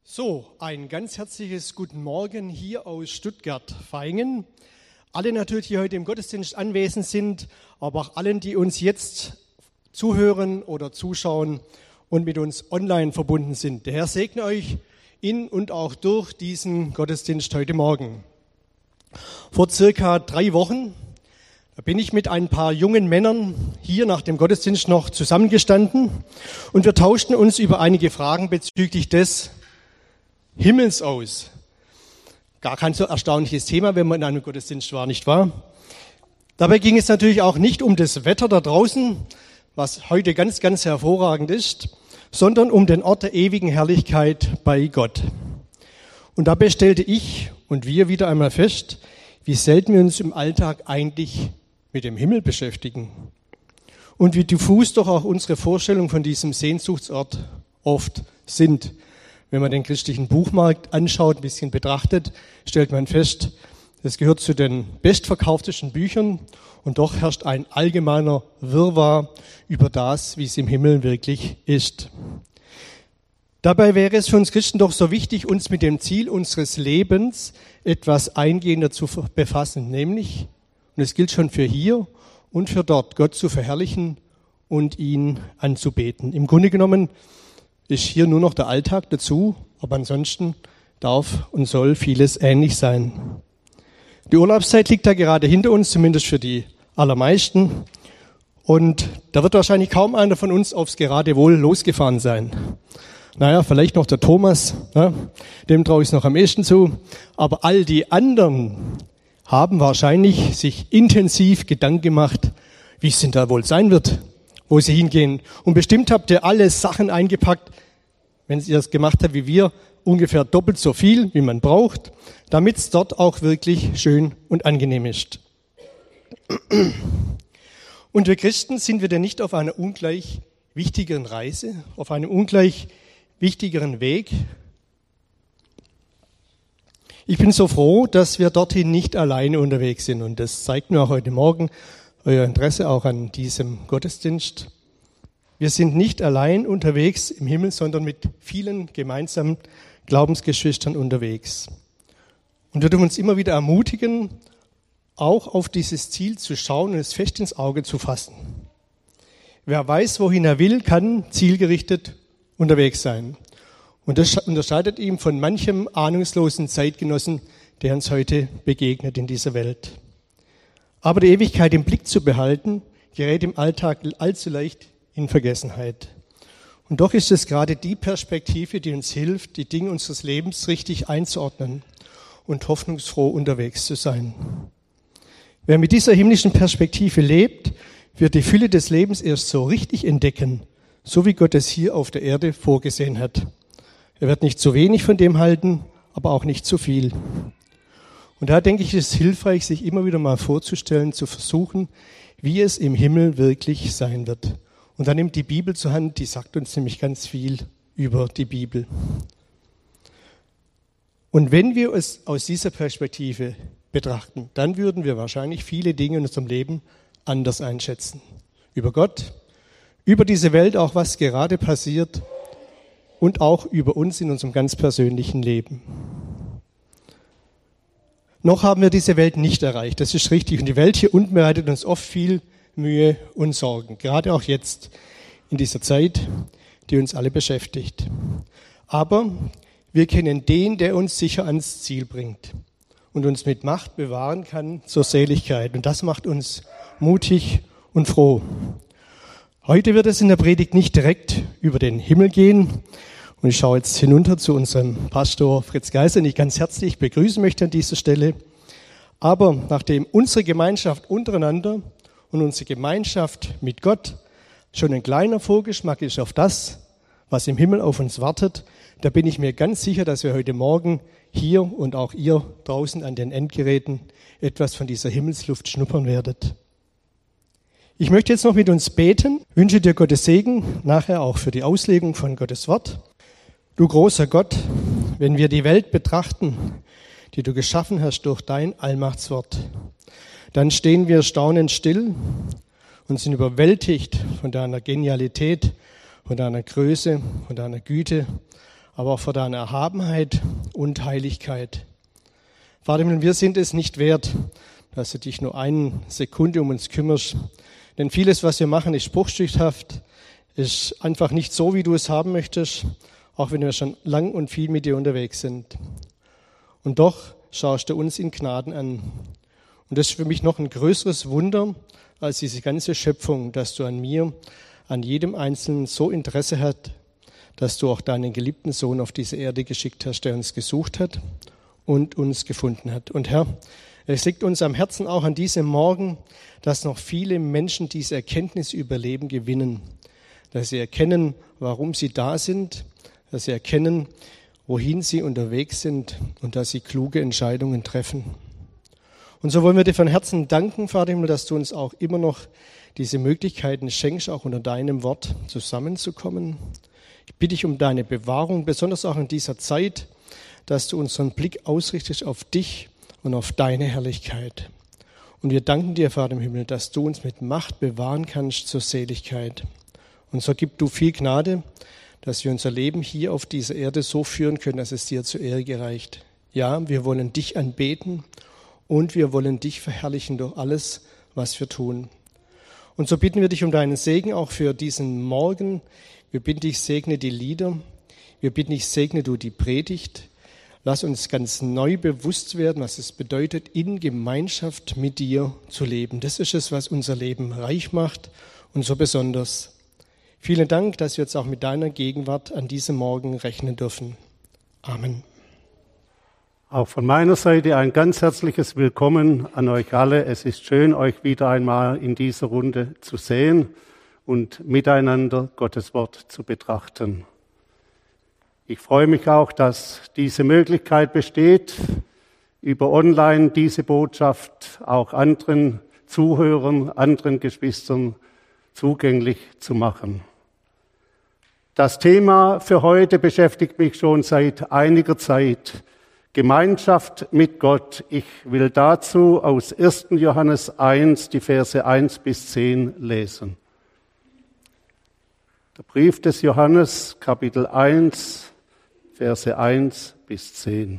So, ein ganz herzliches Guten Morgen hier aus Stuttgart-Vaihingen. Alle natürlich, die heute im Gottesdienst anwesend sind, aber auch allen, die uns jetzt zuhören oder zuschauen und mit uns online verbunden sind. Der Herr segne euch in und auch durch diesen Gottesdienst heute Morgen. Vor circa 3 Wochen, da bin ich mit ein paar jungen Männern hier nach dem Gottesdienst noch zusammengestanden und wir tauschten uns über einige Fragen bezüglich des Himmels aus. Gar kein so erstaunliches Thema, wenn man in einem Gottesdienst war, nicht wahr? Dabei ging es natürlich auch nicht um das Wetter da draußen, was heute ganz, ganz hervorragend ist, sondern um den Ort der ewigen Herrlichkeit bei Gott. Und dabei stellte ich und wir wieder einmal fest, wie selten wir uns im Alltag eigentlich mit dem Himmel beschäftigen. Und wie diffus doch auch unsere Vorstellungen von diesem Sehnsuchtsort oft sind. Wenn man den christlichen Buchmarkt anschaut, ein bisschen betrachtet, stellt man fest, es gehört zu den bestverkauftesten Büchern und doch herrscht ein allgemeiner Wirrwarr über das, wie es im Himmel wirklich ist. Dabei wäre es für uns Christen doch so wichtig, uns mit dem Ziel unseres Lebens etwas eingehender zu befassen, nämlich, und es gilt schon für hier und für dort, Gott zu verherrlichen und ihn anzubeten. Im Grunde genommen ist hier nur noch der Alltag dazu, aber ansonsten darf und soll vieles ähnlich sein. Die Urlaubszeit liegt da gerade hinter uns, zumindest für die allermeisten. Und da wird wahrscheinlich kaum einer von uns aufs Geratewohl losgefahren sein. Naja, vielleicht noch der Thomas, ja, dem traue ich es noch am ehesten zu. Aber all die anderen haben wahrscheinlich sich intensiv Gedanken gemacht, wie es denn da wohl sein wird, wo sie hingehen. Und bestimmt habt ihr alle Sachen eingepackt, wenn ihr das gemacht habt wie wir, ungefähr doppelt so viel, wie man braucht, damit es dort auch wirklich schön und angenehm ist. Und wir Christen, sind wir denn nicht auf einer ungleich wichtigeren Reise, auf einem ungleich wichtigeren Weg? Ich bin so froh, dass wir dorthin nicht alleine unterwegs sind. Und das zeigt mir auch heute Morgen euer Interesse auch an diesem Gottesdienst. Wir sind nicht allein unterwegs im Himmel, sondern mit vielen gemeinsamen Glaubensgeschwistern unterwegs. Und wir dürfen uns immer wieder ermutigen, auch auf dieses Ziel zu schauen und es fest ins Auge zu fassen. Wer weiß, wohin er will, kann zielgerichtet unterwegs sein. Und das unterscheidet ihn von manchem ahnungslosen Zeitgenossen, der uns heute begegnet in dieser Welt. Aber die Ewigkeit im Blick zu behalten, gerät im Alltag allzu leicht in Vergessenheit. Und doch ist es gerade die Perspektive, die uns hilft, die Dinge unseres Lebens richtig einzuordnen und hoffnungsfroh unterwegs zu sein. Wer mit dieser himmlischen Perspektive lebt, wird die Fülle des Lebens erst so richtig entdecken, so wie Gott es hier auf der Erde vorgesehen hat. Er wird nicht zu wenig von dem halten, aber auch nicht zu viel. Und da denke ich, ist es hilfreich, sich immer wieder mal vorzustellen, zu versuchen, wie es im Himmel wirklich sein wird. Und dann nimmt die Bibel zur Hand, die sagt uns nämlich ganz viel über die Bibel. Und wenn wir es aus dieser Perspektive betrachten, dann würden wir wahrscheinlich viele Dinge in unserem Leben anders einschätzen. Über Gott, über diese Welt, auch was gerade passiert und auch über uns in unserem ganz persönlichen Leben. Noch haben wir diese Welt nicht erreicht, das ist richtig. Und die Welt hier unten bereitet uns oft viel Mühe und Sorgen, gerade auch jetzt in dieser Zeit, die uns alle beschäftigt. Aber wir kennen den, der uns sicher ans Ziel bringt und uns mit Macht bewahren kann zur Seligkeit. Und das macht uns mutig und froh. Heute wird es in der Predigt nicht direkt über den Himmel gehen. Und ich schaue jetzt hinunter zu unserem Pastor Fritz Geiser, den ich ganz herzlich begrüßen möchte an dieser Stelle. Aber nachdem unsere Gemeinschaft untereinander und unsere Gemeinschaft mit Gott schon ein kleiner Vorgeschmack ist auf das, was im Himmel auf uns wartet, da bin ich mir ganz sicher, dass wir heute Morgen hier und auch ihr draußen an den Endgeräten etwas von dieser Himmelsluft schnuppern werdet. Ich möchte jetzt noch mit uns beten, wünsche dir Gottes Segen, nachher auch für die Auslegung von Gottes Wort. Du großer Gott, wenn wir die Welt betrachten, die du geschaffen hast durch dein Allmachtswort, dann stehen wir staunend still und sind überwältigt von deiner Genialität, von deiner Größe, von deiner Güte, aber auch vor deiner Erhabenheit und Heiligkeit. Vater im Himmel, wir sind es nicht wert, dass du dich nur eine Sekunde um uns kümmerst. Denn vieles, was wir machen, ist bruchstückhaft, ist einfach nicht so, wie du es haben möchtest, auch wenn wir schon lang und viel mit dir unterwegs sind. Und doch schaust du uns in Gnaden an. Und das ist für mich noch ein größeres Wunder als diese ganze Schöpfung, dass du an mir, an jedem Einzelnen so Interesse hast, dass du auch deinen geliebten Sohn auf diese Erde geschickt hast, der uns gesucht hat und uns gefunden hat. Und Herr, es liegt uns am Herzen auch an diesem Morgen, dass noch viele Menschen diese Erkenntnis über Leben gewinnen, dass sie erkennen, warum sie da sind, dass sie erkennen, wohin sie unterwegs sind und dass sie kluge Entscheidungen treffen. Und so wollen wir dir von Herzen danken, Vater Himmel, dass du uns auch immer noch diese Möglichkeiten schenkst, auch unter deinem Wort zusammenzukommen. Ich bitte dich um deine Bewahrung, besonders auch in dieser Zeit, dass du unseren Blick ausrichtest auf dich und auf deine Herrlichkeit. Und wir danken dir, Vater im Himmel, dass du uns mit Macht bewahren kannst zur Seligkeit. Und so gib du viel Gnade, dass wir unser Leben hier auf dieser Erde so führen können, dass es dir zur Ehre gereicht. Ja, wir wollen dich anbeten und wir wollen dich verherrlichen durch alles, was wir tun. Und so bitten wir dich um deinen Segen auch für diesen Morgen. Wir bitten dich, segne die Lieder. Wir bitten dich, segne du die Predigt. Lass uns ganz neu bewusst werden, was es bedeutet, in Gemeinschaft mit dir zu leben. Das ist es, was unser Leben reich macht und so besonders. Vielen Dank, dass wir jetzt auch mit deiner Gegenwart an diesem Morgen rechnen dürfen. Amen. Auch von meiner Seite ein ganz herzliches Willkommen an euch alle. Es ist schön, euch wieder einmal in dieser Runde zu sehen und miteinander Gottes Wort zu betrachten. Ich freue mich auch, dass diese Möglichkeit besteht, über online diese Botschaft auch anderen Zuhörern, anderen Geschwistern zugänglich zu machen. Das Thema für heute beschäftigt mich schon seit einiger Zeit. Gemeinschaft mit Gott. Ich will dazu aus 1. Johannes 1, die Verse 1 bis 10 lesen. Der Brief des Johannes, Kapitel 1, Verse 1 bis 10.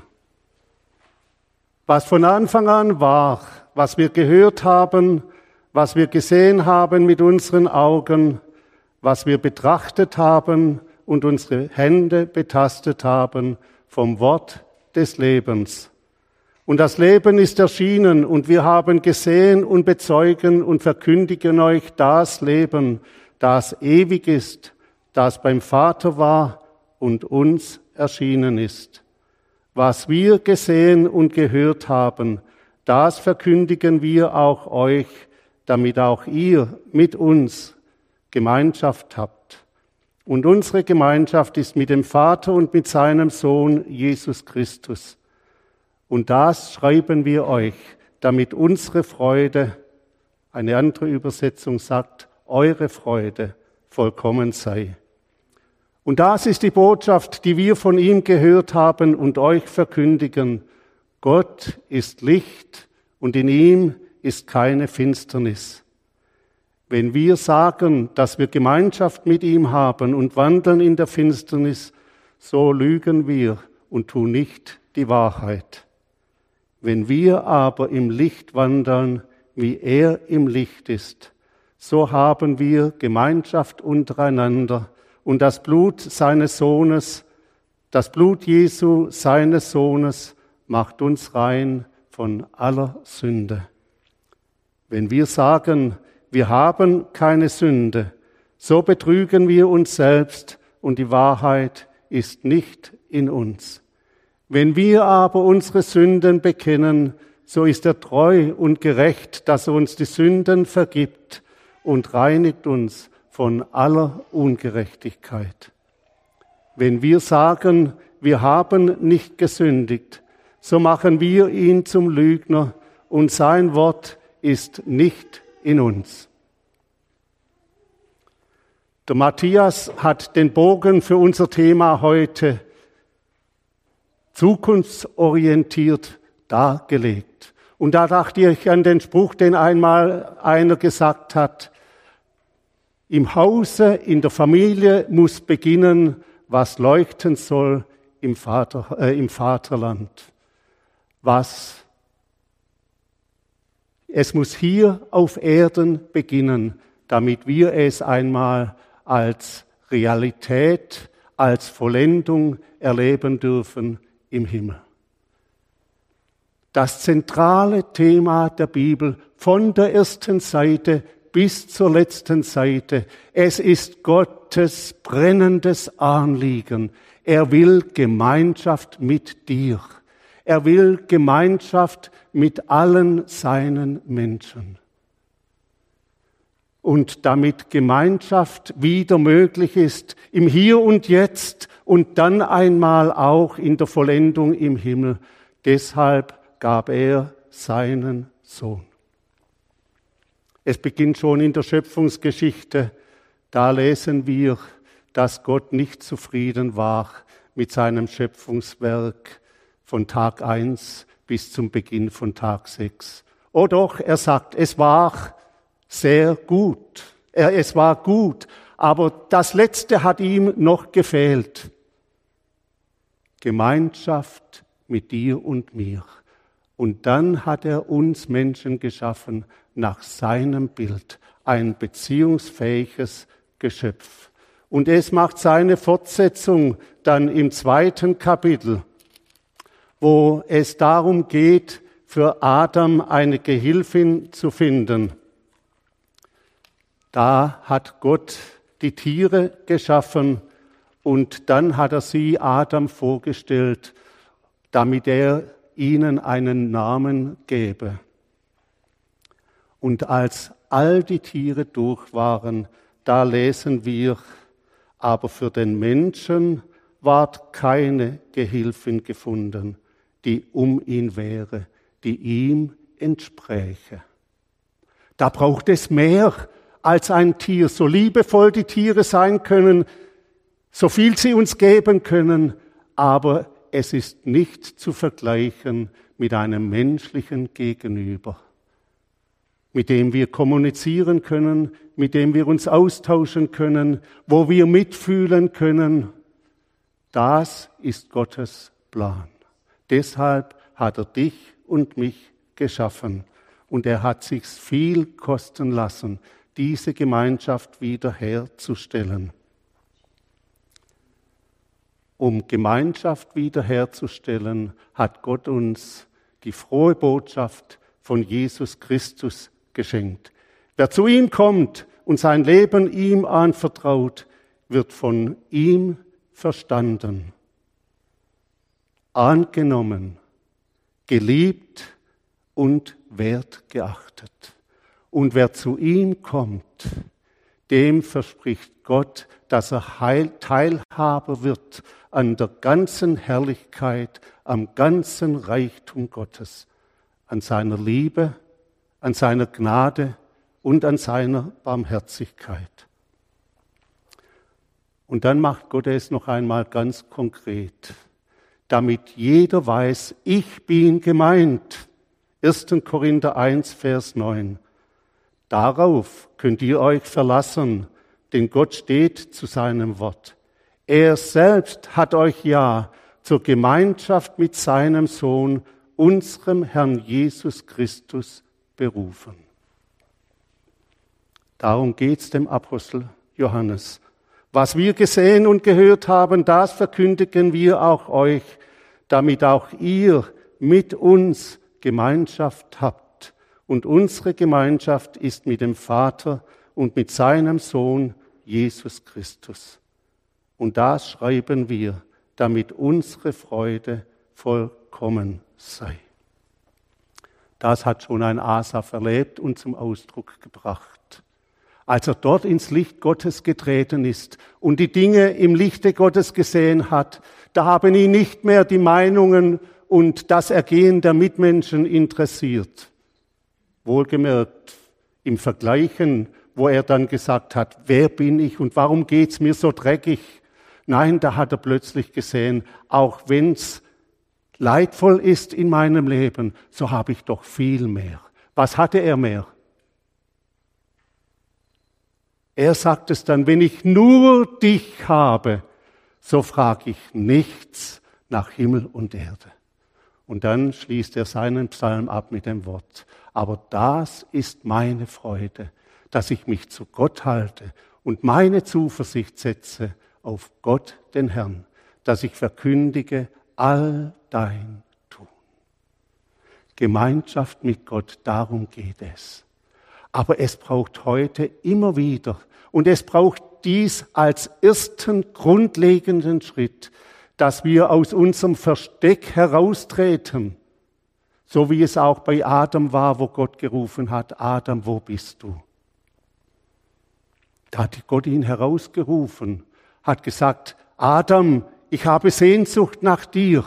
Was von Anfang an war, was wir gehört haben, was wir gesehen haben mit unseren Augen, was wir betrachtet haben und unsere Hände betastet haben vom Wort des Lebens. Und das Leben ist erschienen und wir haben gesehen und bezeugen und verkündigen euch das Leben, das ewig ist, das beim Vater war und uns erschienen ist. Was wir gesehen und gehört haben, das verkündigen wir auch euch, damit auch ihr mit uns Gemeinschaft habt. Und unsere Gemeinschaft ist mit dem Vater und mit seinem Sohn Jesus Christus. Und das schreiben wir euch, damit unsere Freude, eine andere Übersetzung sagt, eure Freude vollkommen sei. Und das ist die Botschaft, die wir von ihm gehört haben und euch verkündigen. Gott ist Licht und in ihm ist keine Finsternis. Wenn wir sagen, dass wir Gemeinschaft mit ihm haben und wandeln in der Finsternis, so lügen wir und tun nicht die Wahrheit. Wenn wir aber im Licht wandeln, wie er im Licht ist, so haben wir Gemeinschaft untereinander und das Blut seines Sohnes, das Blut Jesu, seines Sohnes, macht uns rein von aller Sünde. Wenn wir sagen, wir haben keine Sünde, so betrügen wir uns selbst und die Wahrheit ist nicht in uns. Wenn wir aber unsere Sünden bekennen, so ist er treu und gerecht, dass er uns die Sünden vergibt und reinigt uns von aller Ungerechtigkeit. Wenn wir sagen, wir haben nicht gesündigt, so machen wir ihn zum Lügner und sein Wort ist nicht in uns. Der Matthias hat den Bogen für unser Thema heute zukunftsorientiert dargelegt. Und da dachte ich an den Spruch, den einmal einer gesagt hat: Im Hause, in der Familie muss beginnen, was leuchten soll, im Vaterland. Es muss hier auf Erden beginnen, damit wir es einmal als Realität, als Vollendung erleben dürfen im Himmel. Das zentrale Thema der Bibel von der ersten Seite bis zur letzten Seite. Es ist Gottes brennendes Anliegen. Er will Gemeinschaft mit dir. Er will Gemeinschaft mit allen seinen Menschen. Und damit Gemeinschaft wieder möglich ist, im Hier und Jetzt und dann einmal auch in der Vollendung im Himmel. Deshalb gab er seinen Sohn. Es beginnt schon in der Schöpfungsgeschichte. Da lesen wir, dass Gott nicht zufrieden war mit seinem Schöpfungswerk von Tag 1 bis zum Beginn von Tag 6. Oh doch, er sagt, es war sehr gut. Es war gut, aber das Letzte hat ihm noch gefehlt. Gemeinschaft mit dir und mir. Und dann hat er uns Menschen geschaffen nach seinem Bild, ein beziehungsfähiges Geschöpf. Und es macht seine Fortsetzung dann im 2. Kapitel, wo es darum geht, für Adam eine Gehilfin zu finden. Da hat Gott die Tiere geschaffen und dann hat er sie Adam vorgestellt, damit er ihnen einen Namen gebe. Und als all die Tiere durch waren, da lesen wir, aber für den Menschen ward keine Gehilfin gefunden, die um ihn wäre, die ihm entspräche. Da braucht es mehr als ein Tier, so liebevoll die Tiere sein können, so viel sie uns geben können, aber es ist nicht zu vergleichen mit einem menschlichen Gegenüber, mit dem wir kommunizieren können, mit dem wir uns austauschen können, wo wir mitfühlen können. Das ist Gottes Plan. Deshalb hat er dich und mich geschaffen und er hat sich's viel kosten lassen, diese Gemeinschaft wiederherzustellen. Um Gemeinschaft wiederherzustellen, hat Gott uns die frohe Botschaft von Jesus Christus geschenkt. Wer zu ihm kommt und sein Leben ihm anvertraut, wird von ihm verstanden, angenommen, geliebt und wertgeachtet. Und wer zu ihm kommt, dem verspricht Gott, dass er Teilhaber wird an der ganzen Herrlichkeit, am ganzen Reichtum Gottes, an seiner Liebe, an seiner Gnade und an seiner Barmherzigkeit. Und dann macht Gott es noch einmal ganz konkret, damit jeder weiß, ich bin gemeint. 1. Korinther 1, Vers 9. Darauf könnt ihr euch verlassen, denn Gott steht zu seinem Wort. Er selbst hat euch ja zur Gemeinschaft mit seinem Sohn, unserem Herrn Jesus Christus, berufen. Darum geht's dem Apostel Johannes. Was wir gesehen und gehört haben, das verkündigen wir auch euch, damit auch ihr mit uns Gemeinschaft habt. Und unsere Gemeinschaft ist mit dem Vater und mit seinem Sohn Jesus Christus. Und das schreiben wir, damit unsere Freude vollkommen sei. Das hat schon ein Asaf erlebt und zum Ausdruck gebracht. Als er dort ins Licht Gottes getreten ist und die Dinge im Lichte Gottes gesehen hat, da haben ihn nicht mehr die Meinungen und das Ergehen der Mitmenschen interessiert. Wohlgemerkt im Vergleichen, wo er dann gesagt hat, wer bin ich und warum geht's mir so dreckig? Nein, da hat er plötzlich gesehen, auch wenn's leidvoll ist in meinem Leben, so habe ich doch viel mehr. Was hatte er mehr? Er sagt es dann, wenn ich nur dich habe, so frage ich nichts nach Himmel und Erde. Und dann schließt er seinen Psalm ab mit dem Wort: Aber das ist meine Freude, dass ich mich zu Gott halte und meine Zuversicht setze auf Gott, den Herrn, dass ich verkündige all dein Tun. Gemeinschaft mit Gott, darum geht es. Aber es braucht heute immer wieder, und es braucht dies als ersten grundlegenden Schritt, dass wir aus unserem Versteck heraustreten, so wie es auch bei Adam war, wo Gott gerufen hat: Adam, wo bist du? Da hat Gott ihn herausgerufen, hat gesagt: Adam, ich habe Sehnsucht nach dir.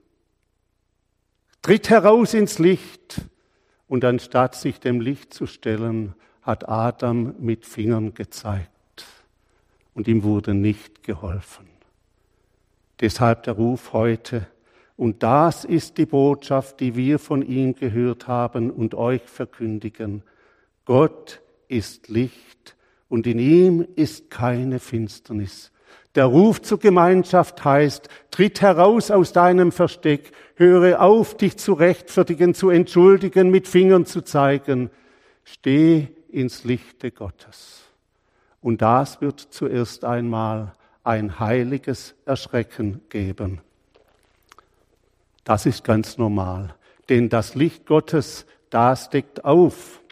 Tritt heraus ins Licht. Und anstatt sich dem Licht zu stellen, hat Adam mit Fingern gezeigt. Und ihm wurde nicht geholfen. Deshalb der Ruf heute: Und das ist die Botschaft, die wir von ihm gehört haben und euch verkündigen: Gott ist Licht und in ihm ist keine Finsternis. Der Ruf zur Gemeinschaft heißt: Tritt heraus aus deinem Versteck, höre auf, dich zu rechtfertigen, zu entschuldigen, mit Fingern zu zeigen. Steh ins Lichte Gottes. Und das wird zuerst einmal ein heiliges Erschrecken geben. Das ist ganz normal, denn das Licht Gottes, das deckt auf.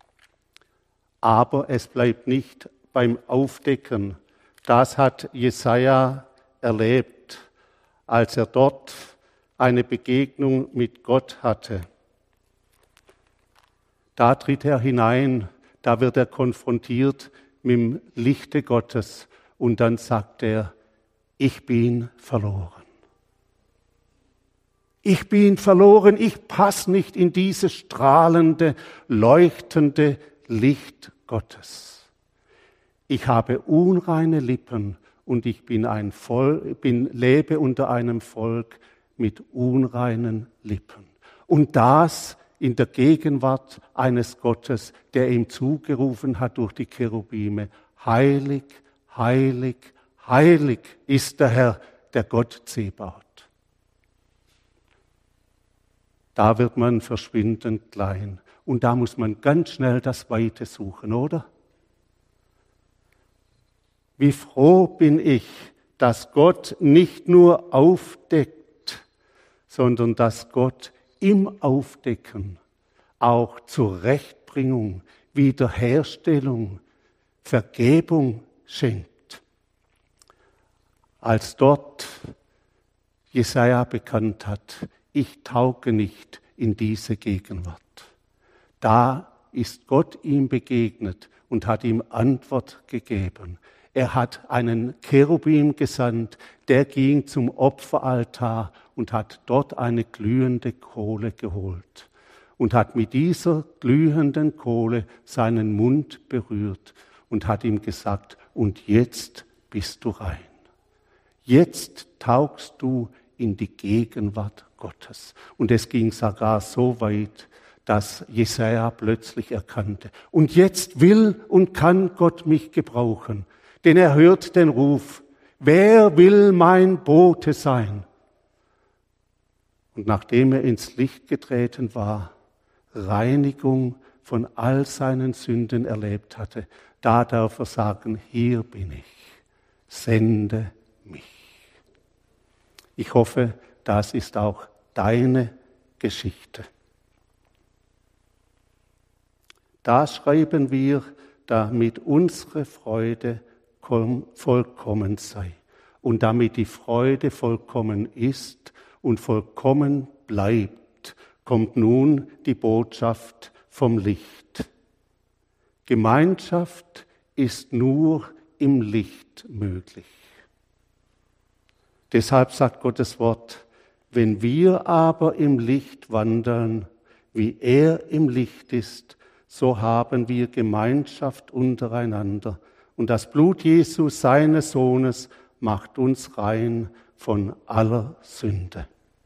Aber es bleibt nicht beim Aufdecken. Das hat Jesaja erlebt, als er dort eine Begegnung mit Gott hatte. Da tritt er hinein, da wird er konfrontiert mit dem Lichte Gottes und dann sagt er: Ich bin verloren. Ich bin verloren, ich passe nicht in dieses strahlende, leuchtende Licht Gottes. Ich habe unreine Lippen und ich lebe unter einem Volk mit unreinen Lippen. Und das in der Gegenwart eines Gottes, der ihm zugerufen hat durch die Cherubime: Heilig, heilig, heilig ist der Herr, der Gott Zebaoth. Da wird man verschwindend klein. Und da muss man ganz schnell das Weite suchen, oder? Wie froh bin ich, dass Gott nicht nur aufdeckt, sondern dass Gott im Aufdecken auch Zurechtbringung, Wiederherstellung, Vergebung schenkt. Als dort Jesaja bekannt hat: Ich tauge nicht in diese Gegenwart. Da ist Gott ihm begegnet und hat ihm Antwort gegeben. Er hat einen Cherubim gesandt, der ging zum Opferaltar und hat dort eine glühende Kohle geholt und hat mit dieser glühenden Kohle seinen Mund berührt und hat ihm gesagt: Und jetzt bist du rein. Jetzt taugst du in die Gegenwart Gottes. Und es ging sogar so weit, dass Jesaja plötzlich erkannte: Und jetzt will und kann Gott mich gebrauchen, denn er hört den Ruf: Wer will mein Bote sein? Und nachdem er ins Licht getreten war, Reinigung von all seinen Sünden erlebt hatte, da darf er sagen: Hier bin ich, sende mich. Ich hoffe, das ist auch deine Geschichte. Das schreiben wir, damit unsere Freude vollkommen sei. Und damit die Freude vollkommen ist und vollkommen bleibt, kommt nun die Botschaft vom Licht. Gemeinschaft ist nur im Licht möglich. Deshalb sagt Gottes Wort: Wenn wir aber im Licht wandeln, wie er im Licht ist, so haben wir Gemeinschaft untereinander. Und das Blut Jesu, seines Sohnes, macht uns rein von aller Sünde.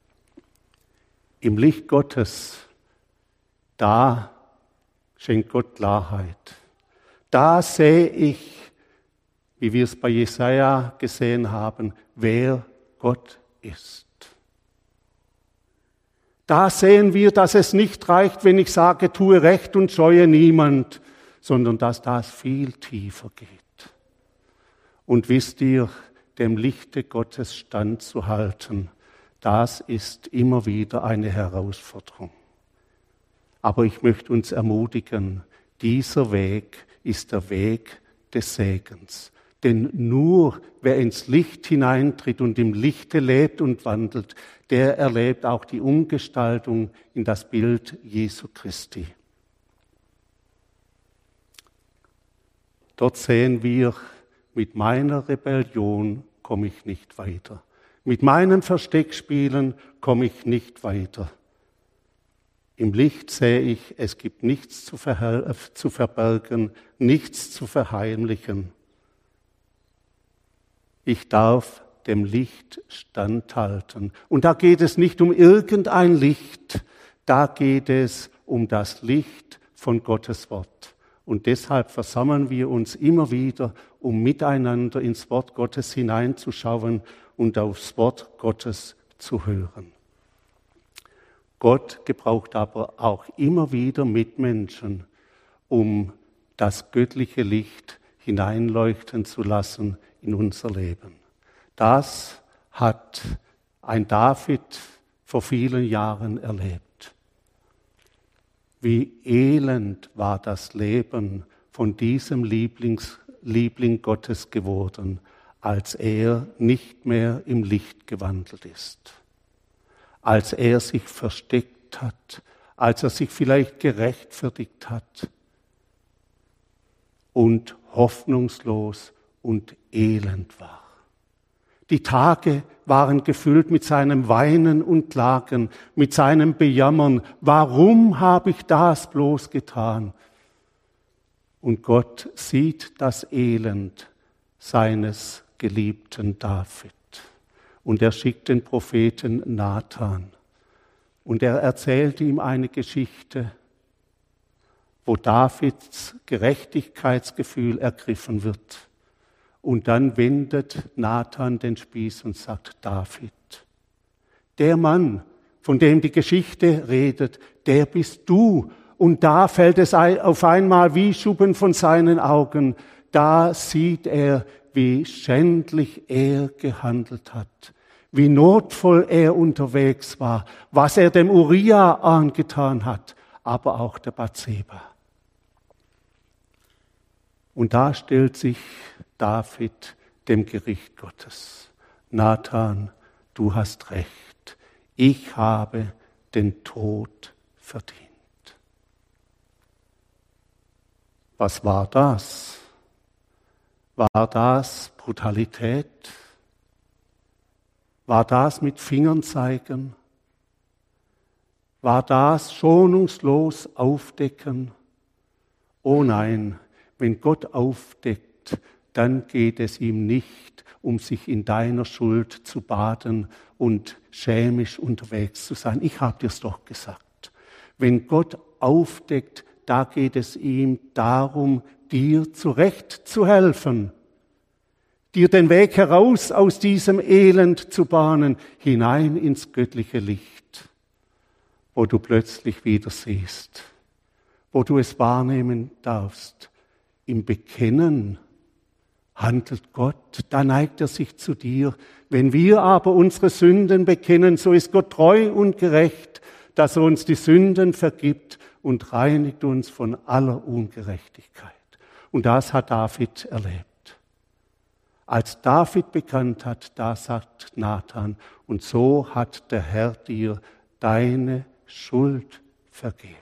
Im Licht Gottes, da schenkt Gott Klarheit. Da sehe ich, wie wir es bei Jesaja gesehen haben, wer Gott ist. Da sehen wir, dass es nicht reicht, wenn ich sage, tue Recht und scheue niemand, sondern dass das viel tiefer geht. Und wisst ihr, dem Lichte Gottes standzuhalten, das ist immer wieder eine Herausforderung. Aber ich möchte uns ermutigen, dieser Weg ist der Weg des Segens. Denn nur wer ins Licht hineintritt und im Lichte lebt und wandelt, der erlebt auch die Umgestaltung in das Bild Jesu Christi. Dort sehen wir, mit meiner Rebellion komme ich nicht weiter. Mit meinem Versteckspielen komme ich nicht weiter. Im Licht sehe ich, es gibt nichts zu verbergen, nichts zu verheimlichen. Ich darf dem Licht standhalten. Und da geht es nicht um irgendein Licht, da geht es um das Licht von Gottes Wort. Und deshalb versammeln wir uns immer wieder, um miteinander ins Wort Gottes hineinzuschauen und aufs Wort Gottes zu hören. Gott gebraucht aber auch immer wieder Mitmenschen, um das göttliche Licht hineinleuchten zu lassen in unser Leben. Das hat ein David vor vielen Jahren erlebt. Wie elend war das Leben von diesem Liebling Gottes geworden, als er nicht mehr im Licht gewandelt ist. Als er sich versteckt hat, als er sich vielleicht gerechtfertigt hat und hoffnungslos und elend war. Die Tage waren gefüllt mit seinem Weinen und Klagen, mit seinem Bejammern. Warum habe ich das bloß getan? Und Gott sieht das Elend seines geliebten David. Und er schickt den Propheten Nathan. Und er erzählt ihm eine Geschichte, wo Davids Gerechtigkeitsgefühl ergriffen wird. Und dann wendet Nathan den Spieß und sagt, David, der Mann, von dem die Geschichte redet, der bist du. Und da fällt es auf einmal wie Schuppen von seinen Augen. Da sieht er, wie schändlich er gehandelt hat, wie notvoll er unterwegs war, was er dem Uria angetan hat, aber auch der Bathseba. Und da stellt sich David dem Gericht Gottes. Nathan, du hast recht. Ich habe den Tod verdient. Was war das? War das Brutalität? War das mit Fingern zeigen? War das schonungslos aufdecken? Oh nein, wenn Gott aufdeckt, dann geht es ihm nicht, um sich in deiner Schuld zu baden und schämisch unterwegs zu sein. Ich habe dir's doch gesagt. Wenn Gott aufdeckt, da geht es ihm darum, dir zurecht zu helfen, dir den Weg heraus aus diesem Elend zu bahnen, hinein ins göttliche Licht, wo du plötzlich wieder siehst, wo du es wahrnehmen darfst. Im Bekennen handelt Gott, da neigt er sich zu dir. Wenn wir aber unsere Sünden bekennen, so ist Gott treu und gerecht, dass er uns die Sünden vergibt und reinigt uns von aller Ungerechtigkeit. Und das hat David erlebt. Als David bekannt hat, da sagt Nathan, und so hat der Herr dir deine Schuld vergeben.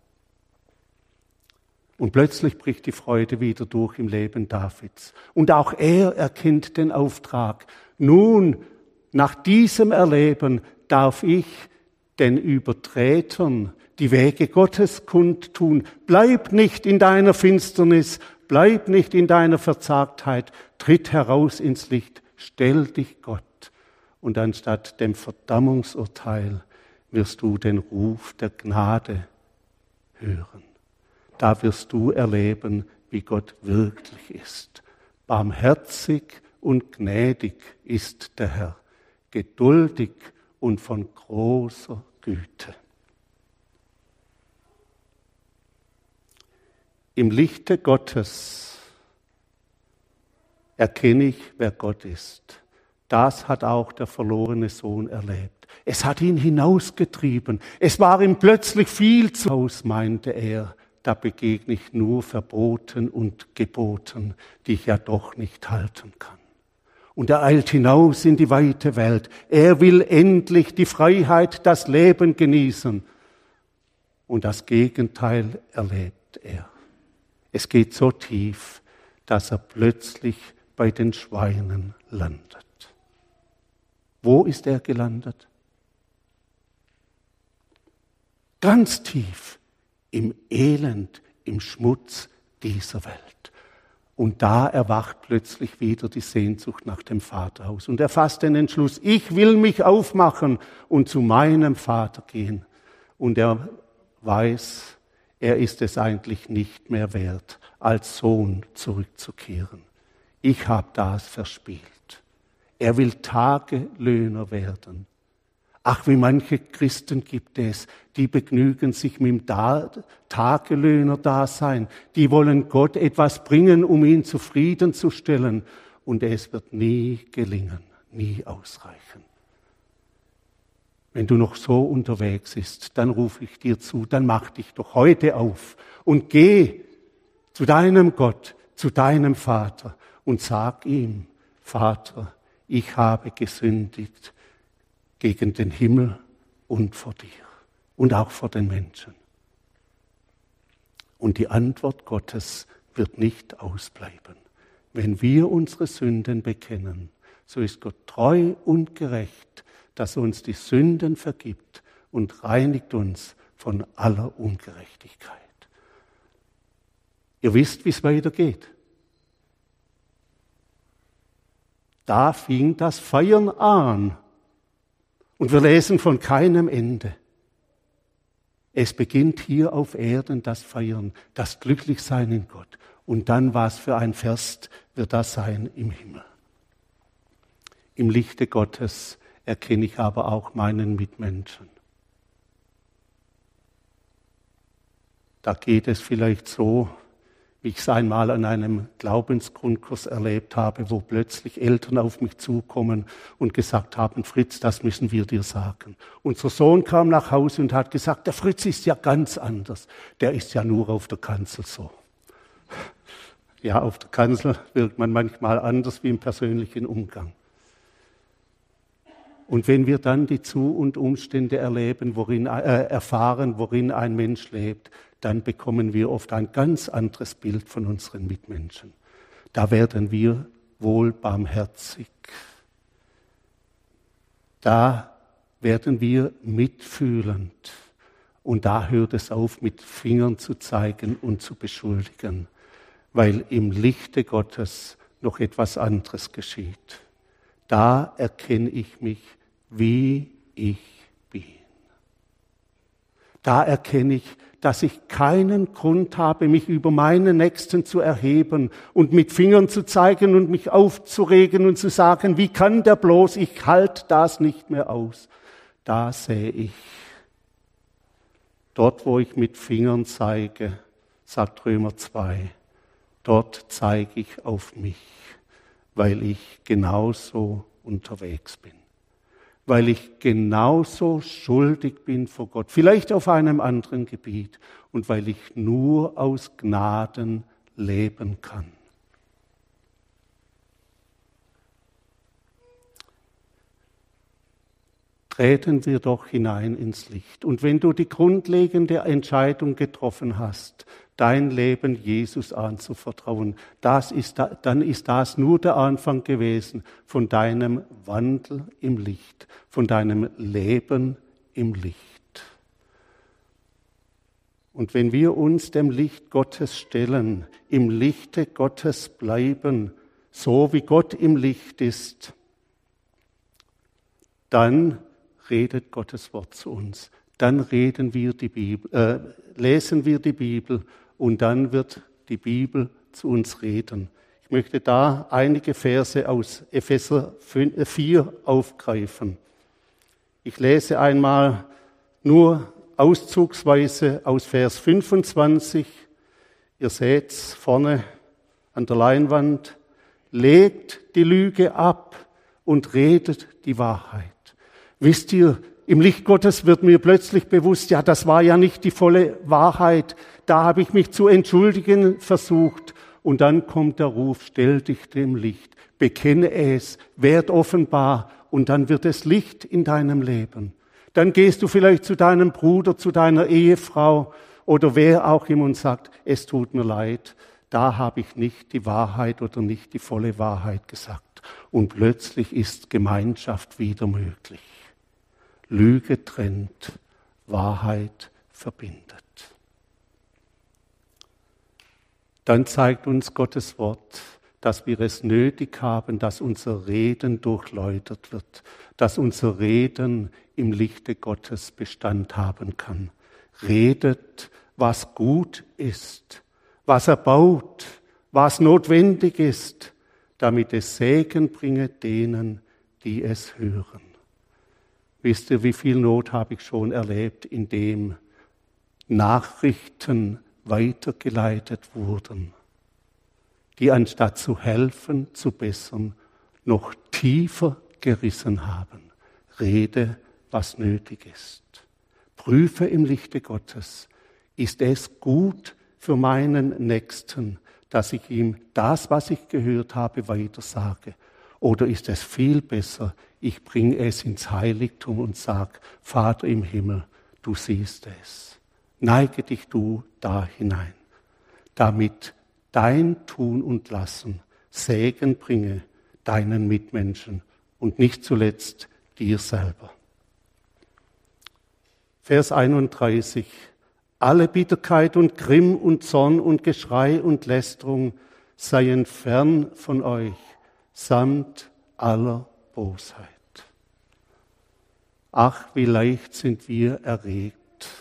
Und plötzlich bricht die Freude wieder durch im Leben Davids. Und auch er erkennt den Auftrag. Nun, nach diesem Erleben darf ich den Übertretern die Wege Gottes kundtun. Bleib nicht in deiner Finsternis, bleib nicht in deiner Verzagtheit, tritt heraus ins Licht, stell dich Gott. Und anstatt dem Verdammungsurteil wirst du den Ruf der Gnade hören. Da wirst du erleben, wie Gott wirklich ist. Barmherzig und gnädig ist der Herr, geduldig und von großer Güte. Im Lichte Gottes erkenne ich, wer Gott ist. Das hat auch der verlorene Sohn erlebt. Es hat ihn hinausgetrieben. Es war ihm plötzlich viel zu Hause, meinte er. Da begegne ich nur Verboten und Geboten, die ich ja doch nicht halten kann. Und er eilt hinaus in die weite Welt. Er will endlich die Freiheit, das Leben genießen. Und das Gegenteil erlebt er. Es geht so tief, dass er plötzlich bei den Schweinen landet. Wo ist er gelandet? Ganz tief im Elend, im Schmutz dieser Welt. Und da erwacht plötzlich wieder die Sehnsucht nach dem Vaterhaus. Und er fasst den Entschluss, ich will mich aufmachen und zu meinem Vater gehen. Und er weiß, er ist es eigentlich nicht mehr wert, als Sohn zurückzukehren. Ich habe das verspielt. Er will Tagelöhner werden. Ach, wie manche Christen gibt es, die begnügen sich mit dem Tagelöhner-Dasein. Die wollen Gott etwas bringen, um ihn zufriedenzustellen. Und es wird nie gelingen, nie ausreichen. Wenn du noch so unterwegs bist, dann rufe ich dir zu, dann mach dich doch heute auf und geh zu deinem Gott, zu deinem Vater und sag ihm, Vater, ich habe gesündigt gegen den Himmel und vor dir und auch vor den Menschen. Und die Antwort Gottes wird nicht ausbleiben. Wenn wir unsere Sünden bekennen, so ist Gott treu und gerecht, dass er uns die Sünden vergibt und reinigt uns von aller Ungerechtigkeit. Ihr wisst, wie es weitergeht. Da fing das Feiern an. Und wir lesen von keinem Ende. Es beginnt hier auf Erden das Feiern, das Glücklichsein in Gott. Und dann, was für ein Fest wird das sein im Himmel. Im Lichte Gottes erkenne ich aber auch meinen Mitmenschen. Da geht es vielleicht so, wie ich es einmal an einem Glaubensgrundkurs erlebt habe, wo plötzlich Eltern auf mich zukommen und gesagt haben, Fritz, das müssen wir dir sagen. Unser Sohn kam nach Hause und hat gesagt, der Fritz ist ja ganz anders. Der ist ja nur auf der Kanzel so. Ja, auf der Kanzel wirkt man manchmal anders wie im persönlichen Umgang. Und wenn wir dann die Zu- und Umstände erfahren, worin ein Mensch lebt, dann bekommen wir oft ein ganz anderes Bild von unseren Mitmenschen. Da werden wir wohl barmherzig. Da werden wir mitfühlend. Und da hört es auf, mit Fingern zu zeigen und zu beschuldigen, weil im Lichte Gottes noch etwas anderes geschieht. Da erkenne ich mich, wie ich bin. Da erkenne ich, dass ich keinen Grund habe, mich über meinen Nächsten zu erheben und mit Fingern zu zeigen und mich aufzuregen und zu sagen, wie kann der bloß, ich halte das nicht mehr aus. Da sehe ich, dort wo ich mit Fingern zeige, sagt Römer 2, dort zeige ich auf mich, weil ich genauso unterwegs bin. Weil ich genauso schuldig bin vor Gott, vielleicht auf einem anderen Gebiet und weil ich nur aus Gnaden leben kann. Treten wir doch hinein ins Licht. Und wenn du die grundlegende Entscheidung getroffen hast, dein Leben Jesus anzuvertrauen, dann ist das nur der Anfang gewesen von deinem Wandel im Licht, von deinem Leben im Licht. Und wenn wir uns dem Licht Gottes stellen, im Lichte Gottes bleiben, so wie Gott im Licht ist, dann redet Gottes Wort zu uns. Dann lesen wir die Bibel und dann wird die Bibel zu uns reden. Ich möchte da einige Verse aus Epheser 4 aufgreifen. Ich lese einmal nur auszugsweise aus Vers 25. Ihr seht's vorne an der Leinwand. Legt die Lüge ab und redet die Wahrheit. Wisst ihr, im Licht Gottes wird mir plötzlich bewusst, ja, das war ja nicht die volle Wahrheit. Da habe ich mich zu entschuldigen versucht. Und dann kommt der Ruf, stell dich dem Licht, bekenne es, werd offenbar und dann wird es Licht in deinem Leben. Dann gehst du vielleicht zu deinem Bruder, zu deiner Ehefrau oder wer auch immer und sagt, es tut mir leid, da habe ich nicht die Wahrheit oder nicht die volle Wahrheit gesagt. Und plötzlich ist Gemeinschaft wieder möglich. Lüge trennt, Wahrheit verbindet. Dann zeigt uns Gottes Wort, dass wir es nötig haben, dass unser Reden durchläutert wird, dass unser Reden im Lichte Gottes Bestand haben kann. Redet, was gut ist, was erbaut, was notwendig ist, damit es Segen bringe denen, die es hören. Wisst ihr, wie viel Not habe ich schon erlebt, indem Nachrichten weitergeleitet wurden, die anstatt zu helfen, zu bessern, noch tiefer gerissen haben. Rede, was nötig ist. Prüfe im Lichte Gottes, ist es gut für meinen Nächsten, dass ich ihm das, was ich gehört habe, weitersage? Oder ist es viel besser, ich bringe es ins Heiligtum und sage, Vater im Himmel, du siehst es. Neige dich du da hinein, damit dein Tun und Lassen Segen bringe deinen Mitmenschen und nicht zuletzt dir selber. Vers 31. Alle Bitterkeit und Grimm und Zorn und Geschrei und Lästerung seien fern von euch, samt aller Bosheit. Ach, wie leicht sind wir erregt.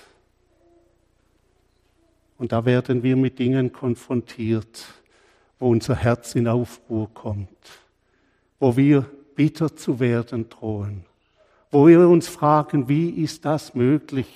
Und da werden wir mit Dingen konfrontiert, wo unser Herz in Aufruhr kommt, wo wir bitter zu werden drohen, wo wir uns fragen, wie ist das möglich?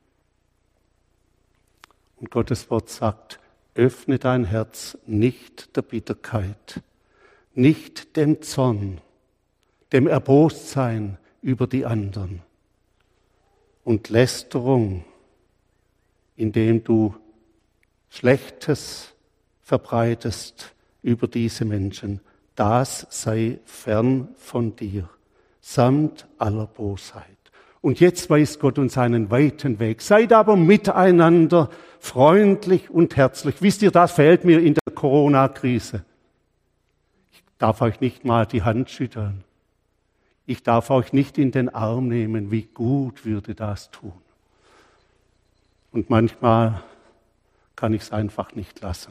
Und Gottes Wort sagt, öffne dein Herz nicht der Bitterkeit, nicht dem Zorn, dem Erbostsein über die anderen und Lästerung, indem du Schlechtes verbreitest über diese Menschen, das sei fern von dir, samt aller Bosheit. Und jetzt weist Gott uns einen weiten Weg. Seid aber miteinander freundlich und herzlich. Wisst ihr, das fehlt mir in der Corona-Krise. Ich darf euch nicht mal die Hand schütteln. Ich darf euch nicht in den Arm nehmen. Wie gut würde das tun? Und manchmal kann ich es einfach nicht lassen.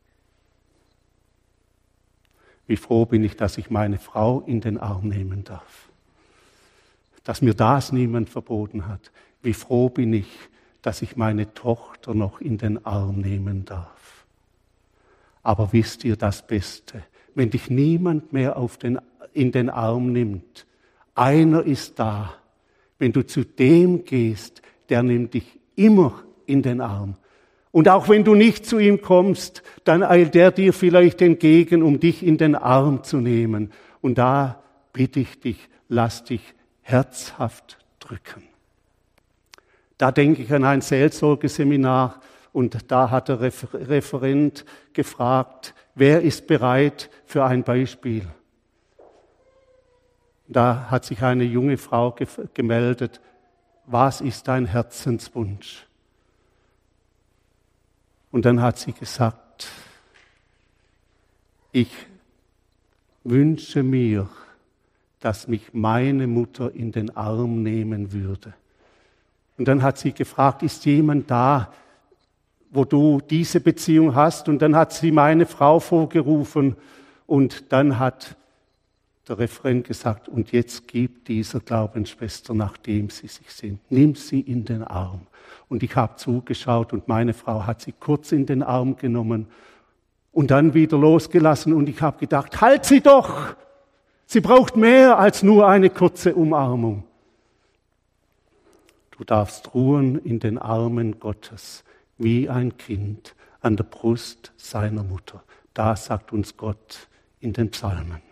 Wie froh bin ich, dass ich meine Frau in den Arm nehmen darf. Dass mir das niemand verboten hat. Wie froh bin ich, dass ich meine Tochter noch in den Arm nehmen darf. Aber wisst ihr das Beste? Wenn dich niemand mehr in den Arm nimmt, einer ist da. Wenn du zu dem gehst, der nimmt dich immer in den Arm. Und auch wenn du nicht zu ihm kommst, dann eilt er dir vielleicht entgegen, um dich in den Arm zu nehmen. Und da bitte ich dich, lass dich herzhaft drücken. Da denke ich an ein Seelsorgeseminar und da hat der Referent gefragt, wer ist bereit für ein Beispiel? Da hat sich eine junge Frau gemeldet, was ist dein Herzenswunsch? Und dann hat sie gesagt, ich wünsche mir, dass mich meine Mutter in den Arm nehmen würde. Und dann hat sie gefragt, ist jemand da, wo du diese Beziehung hast? Und dann hat sie meine Frau vorgerufen und dann hat der Referent gesagt, und jetzt gib dieser Glaubensschwester, nachdem sie sich sind, nimm sie in den Arm. Und ich habe zugeschaut und meine Frau hat sie kurz in den Arm genommen und dann wieder losgelassen. Und ich habe gedacht, halt sie doch! Sie braucht mehr als nur eine kurze Umarmung. Du Du darfst ruhen in den Armen Gottes, wie ein Kind an der Brust seiner Mutter. Da sagt uns Gott in den Psalmen.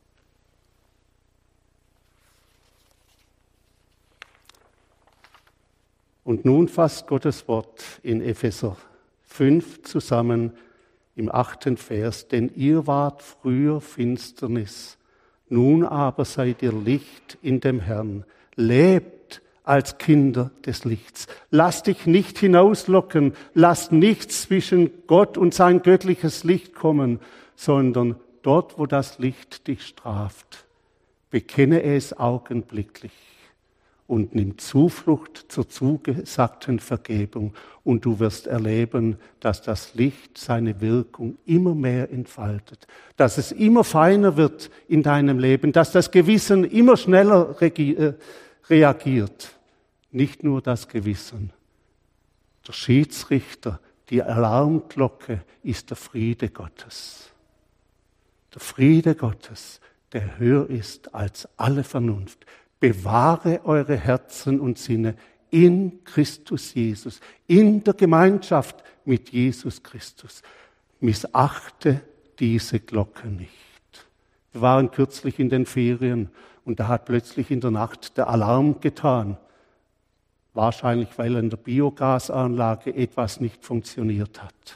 Und nun fasst Gottes Wort in Epheser 5 zusammen im 8. Vers. Denn ihr wart früher Finsternis, nun aber seid ihr Licht in dem Herrn. Lebt als Kinder des Lichts. Lass dich nicht hinauslocken, lass nichts zwischen Gott und sein göttliches Licht kommen, sondern dort, wo das Licht dich straft, bekenne es augenblicklich und nimm Zuflucht zur zugesagten Vergebung und du wirst erleben, dass das Licht seine Wirkung immer mehr entfaltet, dass es immer feiner wird in deinem Leben, dass das Gewissen immer schneller reagiert. Nicht nur das Gewissen. Der Schiedsrichter, die Alarmglocke ist der Friede Gottes. Der Friede Gottes, der höher ist als alle Vernunft. Bewahre eure Herzen und Sinne in Christus Jesus, in der Gemeinschaft mit Jesus Christus. Missachte diese Glocke nicht. Wir waren kürzlich in den Ferien und da hat plötzlich in der Nacht der Alarm getan. Wahrscheinlich, weil an der Biogasanlage etwas nicht funktioniert hat.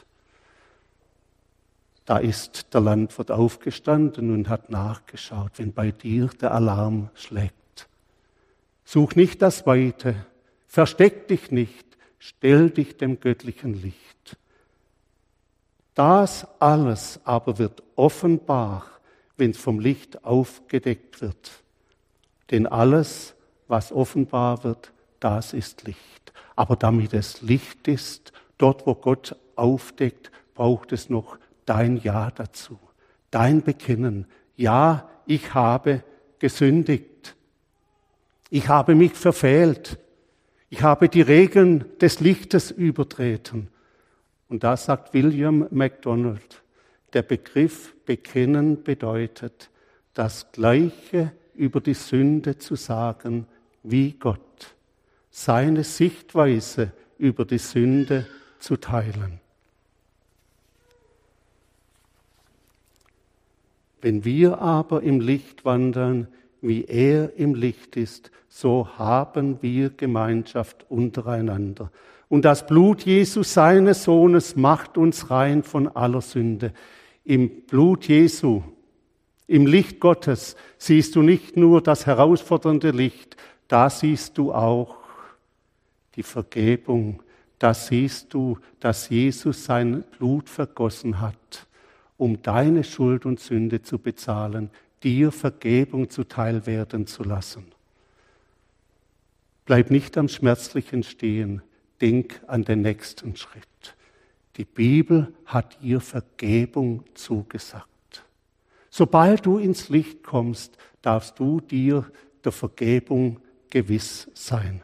Da ist der Landwirt aufgestanden und hat nachgeschaut, wenn bei dir der Alarm schlägt. Such nicht das Weite, versteck dich nicht, stell dich dem göttlichen Licht. Das alles aber wird offenbar, wenn es vom Licht aufgedeckt wird. Denn alles, was offenbar wird, das ist Licht. Aber damit es Licht ist, dort wo Gott aufdeckt, braucht es noch dein Ja dazu. Dein Bekennen. Ja, ich habe gesündigt. Ich habe mich verfehlt. Ich habe die Regeln des Lichtes übertreten. Und da sagt William MacDonald, der Begriff Bekennen bedeutet, das Gleiche über die Sünde zu sagen wie Gott. Seine Sichtweise über die Sünde zu teilen. Wenn wir aber im Licht wandeln, wie er im Licht ist, so haben wir Gemeinschaft untereinander. Und das Blut Jesu, seines Sohnes, macht uns rein von aller Sünde. Im Blut Jesu, im Licht Gottes, siehst du nicht nur das herausfordernde Licht, da siehst du auch die Vergebung. Da siehst du, dass Jesus sein Blut vergossen hat, um deine Schuld und Sünde zu bezahlen, dir Vergebung zuteil werden zu lassen. Bleib nicht am Schmerzlichen stehen, denk an den nächsten Schritt. Die Bibel hat dir Vergebung zugesagt. Sobald du ins Licht kommst, darfst du dir der Vergebung gewiss sein.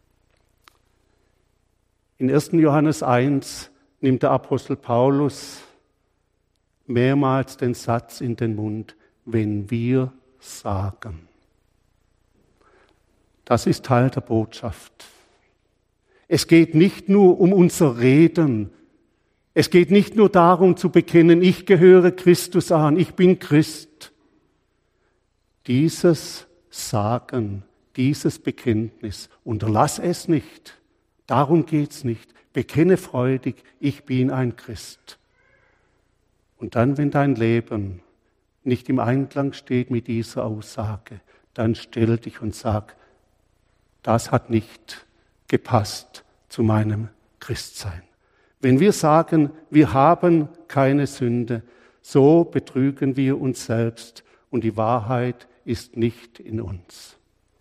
In 1. Johannes 1 nimmt der Apostel Paulus mehrmals den Satz in den Mund, wenn wir sagen. Das ist Teil der Botschaft. Es geht nicht nur um unser Reden. Es geht nicht nur darum zu bekennen, ich gehöre Christus an, ich bin Christ. Dieses Sagen, dieses Bekenntnis, unterlass es nicht. Darum geht's nicht. Bekenne freudig, ich bin ein Christ. Und dann, wenn dein Leben nicht im Einklang steht mit dieser Aussage, dann stell dich und sag, das hat nicht gepasst zu meinem Christsein. Wenn wir sagen, wir haben keine Sünde, so betrügen wir uns selbst und die Wahrheit ist nicht in uns.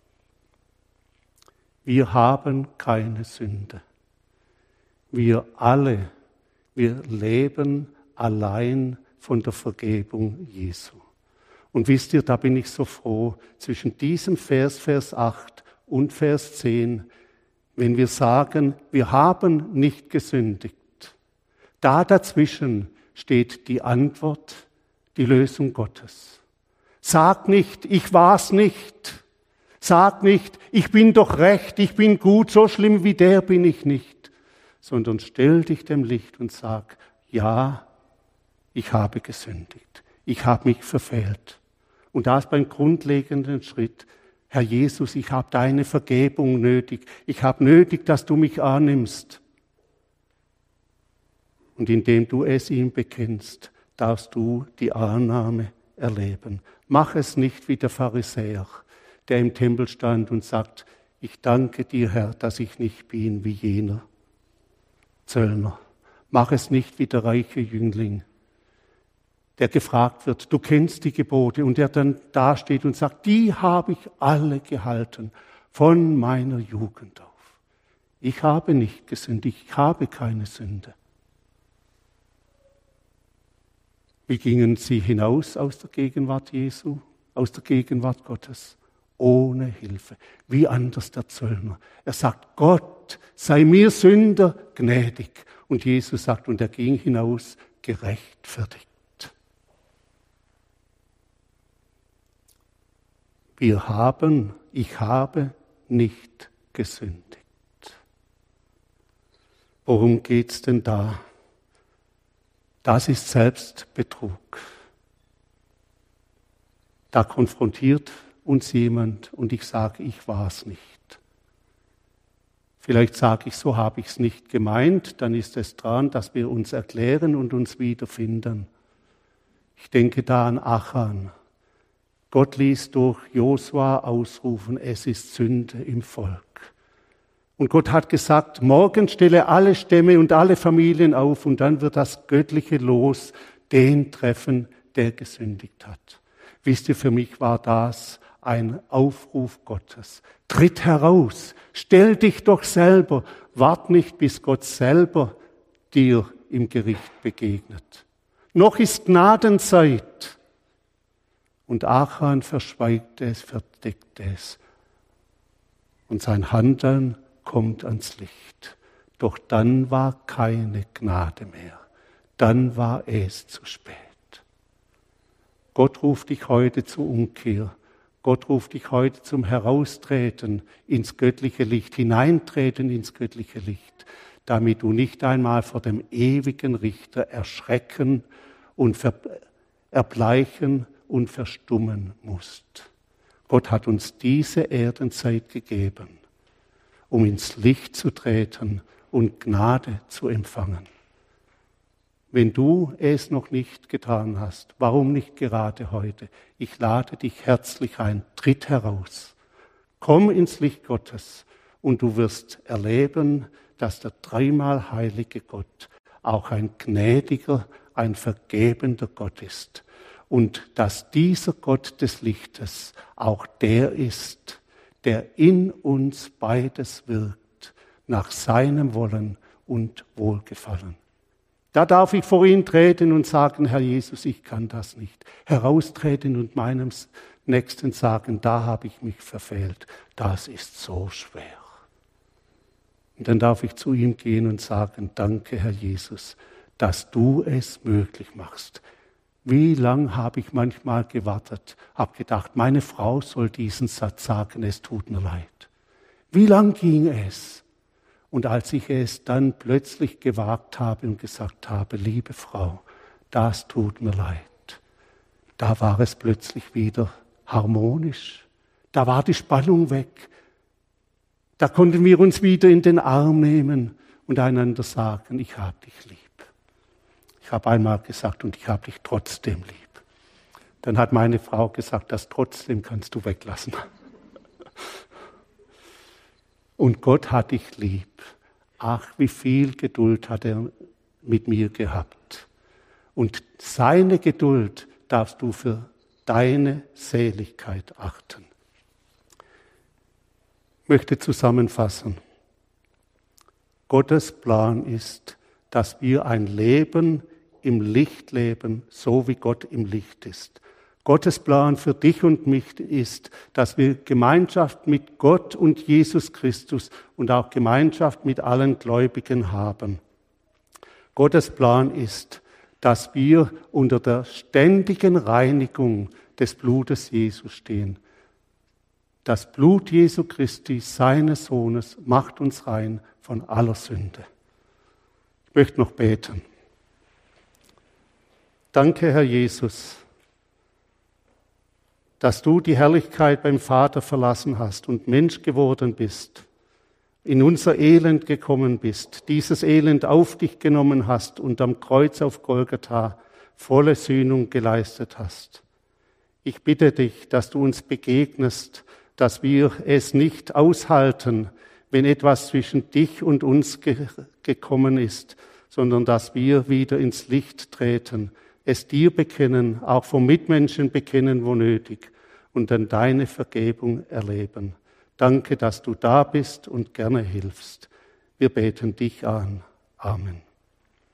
Wir haben keine Sünde. Wir alle, wir leben allein von der Vergebung Jesu. Und wisst ihr, da bin ich so froh, zwischen diesem Vers 8 und Vers 10, wenn wir sagen, wir haben nicht gesündigt, da dazwischen steht die Antwort, die Lösung Gottes. Sag nicht, ich war's nicht. Sag nicht, ich bin doch recht, ich bin gut, so schlimm wie der bin ich nicht, sondern stell dich dem Licht und sag, ja, ich habe gesündigt, ich habe mich verfehlt. Und das beim grundlegenden Schritt, Herr Jesus, ich habe deine Vergebung nötig, ich habe nötig, dass du mich annimmst. Und indem du es ihm bekennst, darfst du die Annahme erleben. Mach es nicht wie der Pharisäer, der im Tempel stand und sagt, ich danke dir, Herr, dass ich nicht bin wie jener Zöllner. Mach es nicht wie der reiche Jüngling, der gefragt wird, du kennst die Gebote, und der dann dasteht und sagt, die habe ich alle gehalten, von meiner Jugend auf. Ich habe nicht gesündigt, ich habe keine Sünde. Wie gingen sie hinaus aus der Gegenwart Jesu, aus der Gegenwart Gottes? Ohne Hilfe. Wie anders der Zöllner. Er sagt, Gott, sei mir Sünder gnädig. Und Jesus sagt, und er ging hinaus gerechtfertigt. Ich habe nicht gesündigt. Worum geht's denn da? Das ist Selbstbetrug. Da konfrontiert uns jemand und ich sage, ich war es nicht. Vielleicht sage ich, so habe ich es nicht gemeint, dann ist es dran, dass wir uns erklären und uns wiederfinden. Ich denke da an Achan. Gott ließ durch Josua ausrufen, es ist Sünde im Volk. Und Gott hat gesagt, morgen stelle alle Stämme und alle Familien auf und dann wird das göttliche Los den treffen, der gesündigt hat. Wisst ihr, für mich war das ein Aufruf Gottes. Tritt heraus, stell dich doch selber, wart nicht, bis Gott selber dir im Gericht begegnet. Noch ist Gnadenzeit. Und Achan verschweigt es, verdeckt es. Und sein Handeln kommt ans Licht. Doch dann war keine Gnade mehr. Dann war es zu spät. Gott ruft dich heute zur Umkehr. Gott ruft dich heute zum Heraustreten ins göttliche Licht, hineintreten ins göttliche Licht, damit du nicht einmal vor dem ewigen Richter erschrecken und erbleichen und verstummen musst. Gott hat uns diese Erdenzeit gegeben, um ins Licht zu treten und Gnade zu empfangen. Wenn du es noch nicht getan hast, warum nicht gerade heute? Ich lade dich herzlich ein, tritt heraus, komm ins Licht Gottes und du wirst erleben, dass der dreimal heilige Gott auch ein gnädiger, ein vergebender Gott ist und dass dieser Gott des Lichtes auch der ist, der in uns beides wirkt, nach seinem Wollen und Wohlgefallen. Da darf ich vor ihn treten und sagen, Herr Jesus, ich kann das nicht. Heraustreten und meinem Nächsten sagen, da habe ich mich verfehlt. Das ist so schwer. Und dann darf ich zu ihm gehen und sagen, danke, Herr Jesus, dass du es möglich machst. Wie lang habe ich manchmal gewartet, habe gedacht, meine Frau soll diesen Satz sagen, es tut mir leid. Wie lang ging es? Und als ich es dann plötzlich gewagt habe und gesagt habe, liebe Frau, das tut mir leid, da war es plötzlich wieder harmonisch. Da war die Spannung weg. Da konnten wir uns wieder in den Arm nehmen und einander sagen, ich habe dich lieb. Ich habe einmal gesagt, und ich habe dich trotzdem lieb. Dann hat meine Frau gesagt, das trotzdem kannst du weglassen. Und Gott hat dich lieb. Ach, wie viel Geduld hat er mit mir gehabt. Und seine Geduld darfst du für deine Seligkeit achten. Ich möchte zusammenfassen. Gottes Plan ist, dass wir ein Leben im Licht leben, so wie Gott im Licht ist. Gottes Plan für dich und mich ist, dass wir Gemeinschaft mit Gott und Jesus Christus und auch Gemeinschaft mit allen Gläubigen haben. Gottes Plan ist, dass wir unter der ständigen Reinigung des Blutes Jesus stehen. Das Blut Jesu Christi, seines Sohnes, macht uns rein von aller Sünde. Ich möchte noch beten. Danke, Herr Jesus, dass du die Herrlichkeit beim Vater verlassen hast und Mensch geworden bist, in unser Elend gekommen bist, dieses Elend auf dich genommen hast und am Kreuz auf Golgatha volle Sühnung geleistet hast. Ich bitte dich, dass du uns begegnest, dass wir es nicht aushalten, wenn etwas zwischen dich und uns gekommen ist, sondern dass wir wieder ins Licht treten, es dir bekennen, auch vor Mitmenschen bekennen, wo nötig, und dann deine Vergebung erleben. Danke, dass du da bist und gerne hilfst. Wir beten dich an. Amen.